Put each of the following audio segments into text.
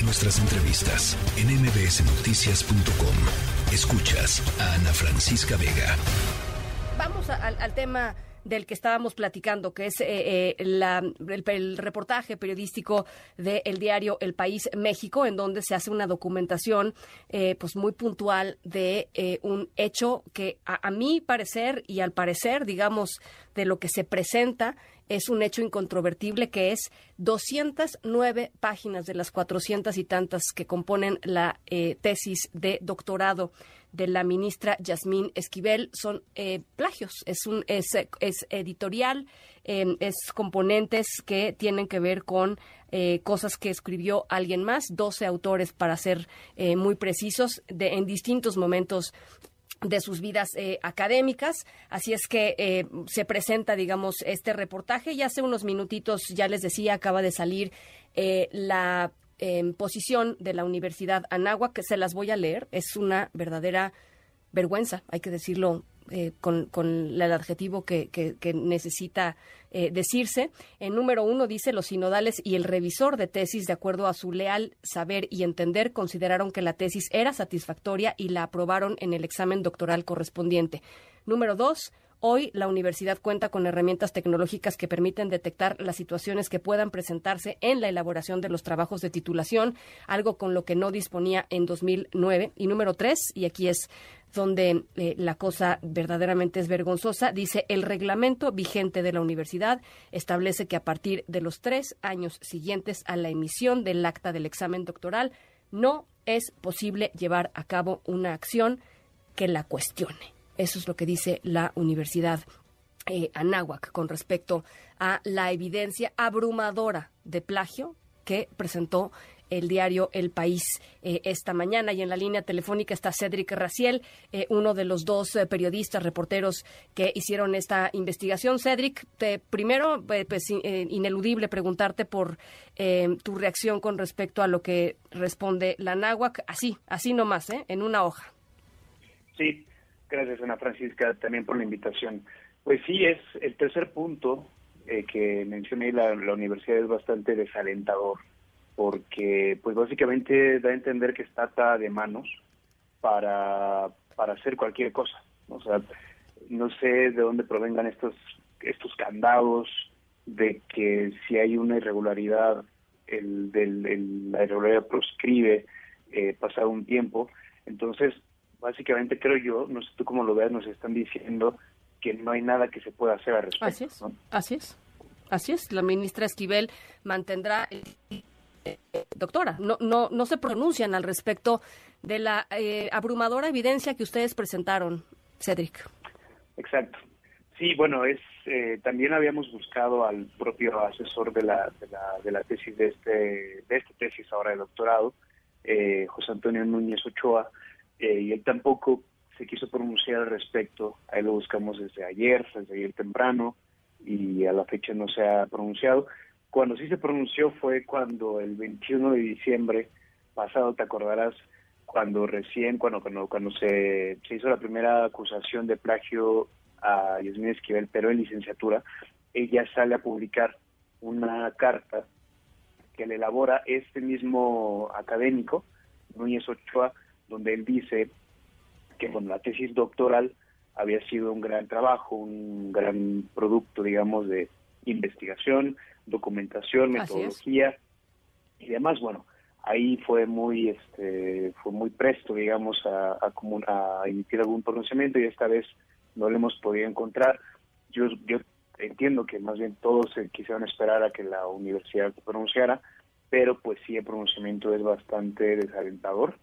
Nuestras entrevistas en mbsnoticias.com. Escuchas a Ana Francisca Vega. Vamos al tema del que estábamos platicando, que es el reportaje periodístico del diario El País México, en donde se hace una documentación pues muy puntual de un hecho que a mi parecer y al parecer, digamos, de lo que se presenta, es un hecho incontrovertible, que es 209 páginas de las 400 y tantas que componen la tesis de doctorado de la ministra Yasmín Esquivel son plagios. Es editorial, es componentes que tienen que ver con cosas que escribió alguien más, 12 autores para ser muy precisos, en distintos momentos de sus vidas académicas. Así es que se presenta, digamos, este reportaje, y hace unos minutitos, ya les decía, acaba de salir la posición de la Universidad Anáhuac, que se las voy a leer. Es una verdadera vergüenza, hay que decirlo con el adjetivo que necesita decirse. En número 1 dice: los sinodales y el revisor de tesis, de acuerdo a su leal saber y entender, consideraron que la tesis era satisfactoria y la aprobaron en el examen doctoral correspondiente. Número 2. Hoy la universidad cuenta con herramientas tecnológicas que permiten detectar las situaciones que puedan presentarse en la elaboración de los trabajos de titulación, algo con lo que no disponía en 2009. Y número 3, y aquí es donde la cosa verdaderamente es vergonzosa, dice: el reglamento vigente de la universidad establece que a partir de los 3 años siguientes a la emisión del acta del examen doctoral no es posible llevar a cabo una acción que la cuestione. Eso es lo que dice la Universidad Anáhuac con respecto a la evidencia abrumadora de plagio que presentó el diario El País esta mañana. Y en la línea telefónica está Cédric Raziel, uno de los 2 periodistas, reporteros que hicieron esta investigación. Cédric, primero, pues ineludible preguntarte por tu reacción con respecto a lo que responde la Anáhuac, así nomás, en una hoja. Sí. Gracias, Ana Francisca, también por la invitación. Pues sí, es el tercer punto que mencioné. La universidad es bastante desalentador, porque pues básicamente da a entender que está atada de manos para hacer cualquier cosa. O sea, no sé de dónde provengan estos candados de que si hay una irregularidad, la irregularidad proscribe pasado un tiempo. Entonces, básicamente, creo yo, no sé tú cómo lo veas, nos están diciendo que no hay nada que se pueda hacer al respecto. Así es, ¿no? Así es. La ministra Esquivel mantendrá doctora. No se pronuncian al respecto de la abrumadora evidencia que ustedes presentaron, Cédric. Exacto. Sí, bueno, también habíamos buscado al propio asesor de la tesis de esta tesis ahora de doctorado, José Antonio Núñez Ochoa. Y él tampoco se quiso pronunciar al respecto. Ahí lo buscamos desde ayer temprano, y a la fecha no se ha pronunciado. Cuando sí se pronunció fue cuando el 21 de diciembre pasado, te acordarás, cuando se hizo la primera acusación de plagio a Yasmín Esquivel, pero en licenciatura. Ella sale a publicar una carta que le elabora este mismo académico, Núñez Ochoa, donde él dice que la tesis doctoral había sido un gran trabajo, un gran producto, digamos, de investigación, documentación, metodología y demás. Bueno, ahí fue muy presto, digamos, a emitir algún pronunciamiento, y esta vez no lo hemos podido encontrar. Yo entiendo que más bien todos se quisieron esperar a que la universidad se pronunciara, pero pues sí, el pronunciamiento es bastante desalentador.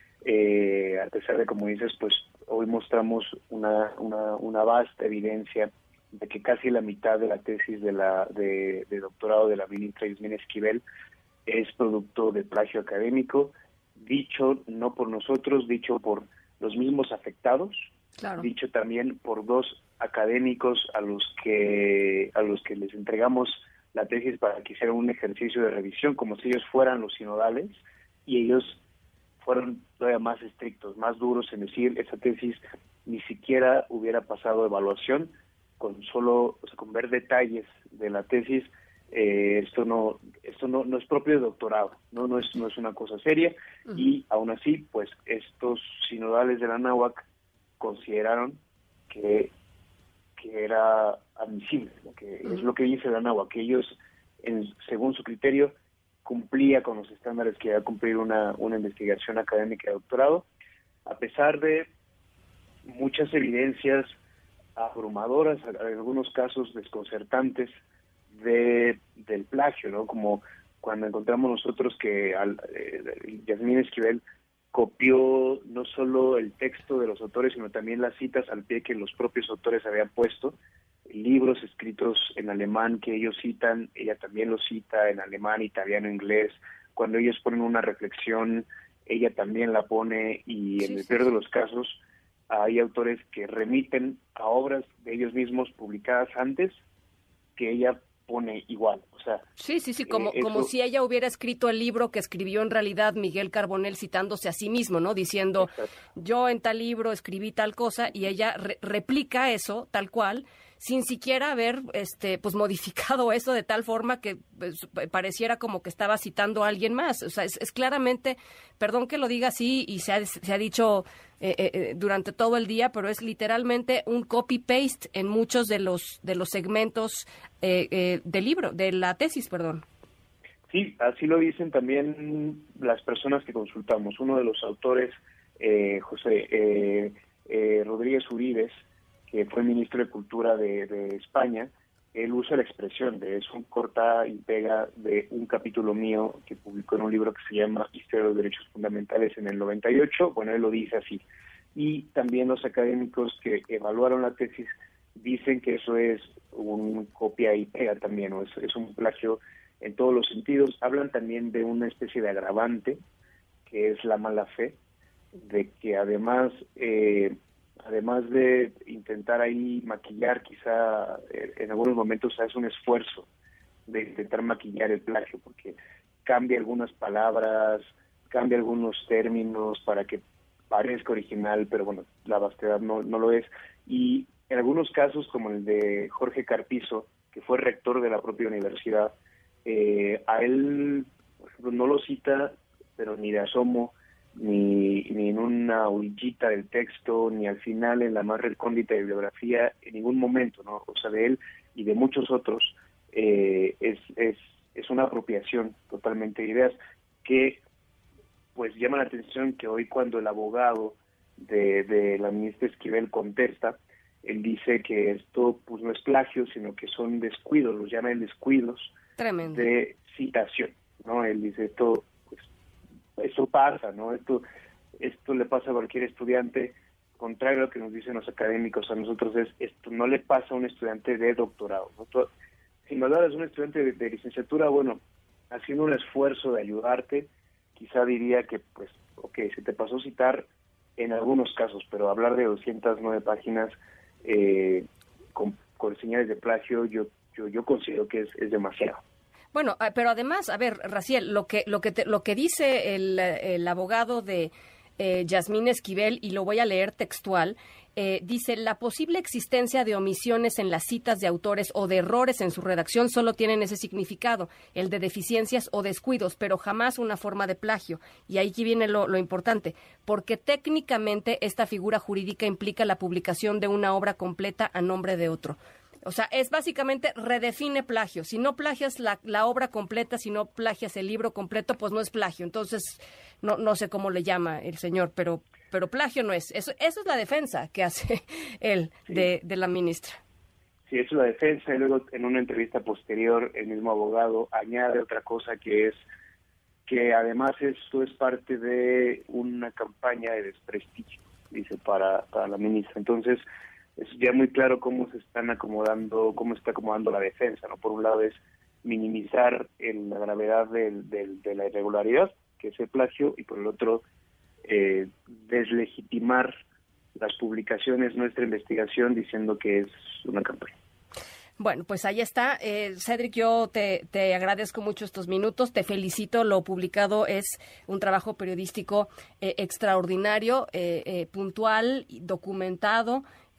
A pesar de, como dices, pues hoy mostramos una vasta evidencia de que casi la mitad de la tesis de doctorado de la ministra Yasmín Esquivel es producto de plagio académico, dicho no por nosotros, dicho por los mismos afectados, claro, dicho también por 2 académicos a los que les entregamos la tesis para que hicieran un ejercicio de revisión, como si ellos fueran los sinodales, y ellos fueron todavía más estrictos, más duros en decir esa tesis ni siquiera hubiera pasado evaluación. Con ver detalles de la tesis, Esto no es propio de doctorado, no es una cosa seria. Y aún así, pues estos sinodales de la Anáhuac consideraron que era admisible, ¿no? Que es lo que dice la Anáhuac, que ellos, según su criterio, cumplía con los estándares que debe cumplir una investigación académica de doctorado, a pesar de muchas evidencias abrumadoras, en algunos casos desconcertantes, del plagio, ¿no? Como cuando encontramos nosotros que Yasmín Esquivel copió no solo el texto de los autores, sino también las citas al pie que los propios autores habían puesto, libros escritos en alemán que ellos citan, ella también los cita en alemán, italiano, inglés. Cuando ellos ponen una reflexión, ella también la pone, y en el peor de los casos hay autores que remiten a obras de ellos mismos publicadas antes que ella pone igual, o sea... Sí, como si ella hubiera escrito el libro que escribió en realidad Miguel Carbonell, citándose a sí mismo, ¿no? Diciendo, exacto, yo en tal libro escribí tal cosa, y ella replica eso tal cual, sin siquiera haber pues modificado eso de tal forma que pues, pareciera como que estaba citando a alguien más. O sea, es claramente, perdón que lo diga así, y se ha dicho durante todo el día, pero es literalmente un copy-paste en muchos de los segmentos del libro, de la tesis, perdón. Sí, así lo dicen también las personas que consultamos. Uno de los autores, José Rodríguez Uribes, que fue ministro de Cultura de España, él usa la expresión es un corta y pega de un capítulo mío que publicó en un libro que se llama Historia de los Derechos Fundamentales en el 98, bueno, él lo dice así. Y también los académicos que evaluaron la tesis dicen que eso es un copia y pega también, o es un plagio en todos los sentidos. Hablan también de una especie de agravante, que es la mala fe, de que además de intentar ahí maquillar, quizá en algunos momentos hace un esfuerzo de intentar maquillar el plagio, porque cambia algunas palabras, cambia algunos términos para que parezca original, pero bueno, la vastedad no lo es. Y en algunos casos, como el de Jorge Carpizo, que fue rector de la propia universidad, a él, por ejemplo, no lo cita, pero ni de asomo, ni en una orillita del texto, ni al final en la más recóndita bibliografía, en ningún momento, ¿no? O sea, de él y de muchos otros, es una apropiación totalmente de ideas que, pues, llama la atención que hoy, cuando el abogado de la ministra Esquivel contesta, él dice que esto, pues, no es plagio, sino que son descuidos, los llama él descuidos. Tremendo. De citación, ¿no? Él dice esto pasa, ¿no? Esto le pasa a cualquier estudiante, contrario a lo que nos dicen los académicos. A nosotros esto no le pasa a un estudiante de doctorado, ¿no? Si me hablas de un estudiante de licenciatura, bueno, haciendo un esfuerzo de ayudarte, quizá diría que, pues, se te pasó citar en algunos casos, pero hablar de 209 páginas con señales de plagio, yo considero que es demasiado. Bueno, pero además, a ver, Raziel, lo que dice el abogado de Yasmín Esquivel, y lo voy a leer textual, dice: la posible existencia de omisiones en las citas de autores o de errores en su redacción solo tienen ese significado, el de deficiencias o descuidos, pero jamás una forma de plagio. Y aquí viene lo importante, porque técnicamente esta figura jurídica implica la publicación de una obra completa a nombre de otro. O sea, es básicamente redefine plagio. Si no plagias la obra completa, si no plagias el libro completo, pues no es plagio. Entonces, no sé cómo le llama el señor, pero plagio no es. Eso es la defensa que hace él de la ministra. Sí, eso es la defensa. Y luego, en una entrevista posterior, el mismo abogado añade otra cosa, que es que además esto es parte de una campaña de desprestigio, dice, para la ministra. Entonces, es ya muy claro cómo está acomodando la defensa, ¿no? Por un lado es minimizar la gravedad de la irregularidad, que es el plagio, y por el otro deslegitimar las publicaciones, nuestra investigación, diciendo que es una campaña. Bueno, pues ahí está. Cedric, yo te agradezco mucho estos minutos, te felicito. Lo publicado es un trabajo periodístico extraordinario, puntual, documentado,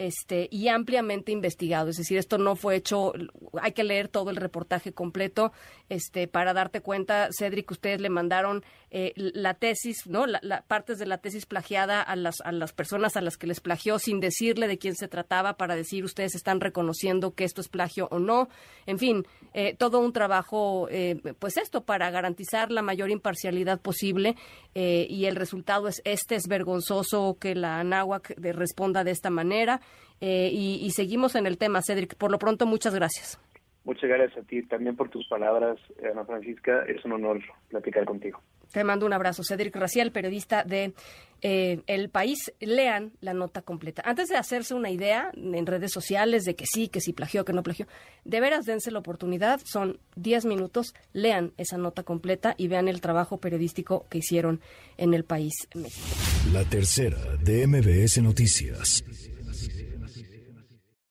y ampliamente investigado. Es decir, esto no fue hecho, hay que leer todo el reportaje completo para darte cuenta, Cédric, ustedes le mandaron la tesis, ¿no? La partes de la tesis plagiada a las personas a las que les plagió sin decirle de quién se trataba, para decir ustedes están reconociendo que esto es plagio o no. En fin, todo un trabajo, para garantizar la mayor imparcialidad posible, y el resultado es vergonzoso que la Anáhuac responda de esta manera, y seguimos en el tema, Cédric. Por lo pronto, muchas gracias. Muchas gracias a ti también por tus palabras, Ana Francisca. Es un honor platicar contigo. Te mando un abrazo. Cédric Raciel, periodista de El País. Lean la nota completa. Antes de hacerse una idea en redes sociales de que sí plagió, que no plagió, de veras dense la oportunidad. Son 10 minutos. Lean esa nota completa y vean el trabajo periodístico que hicieron en El País México. La tercera de MBS Noticias.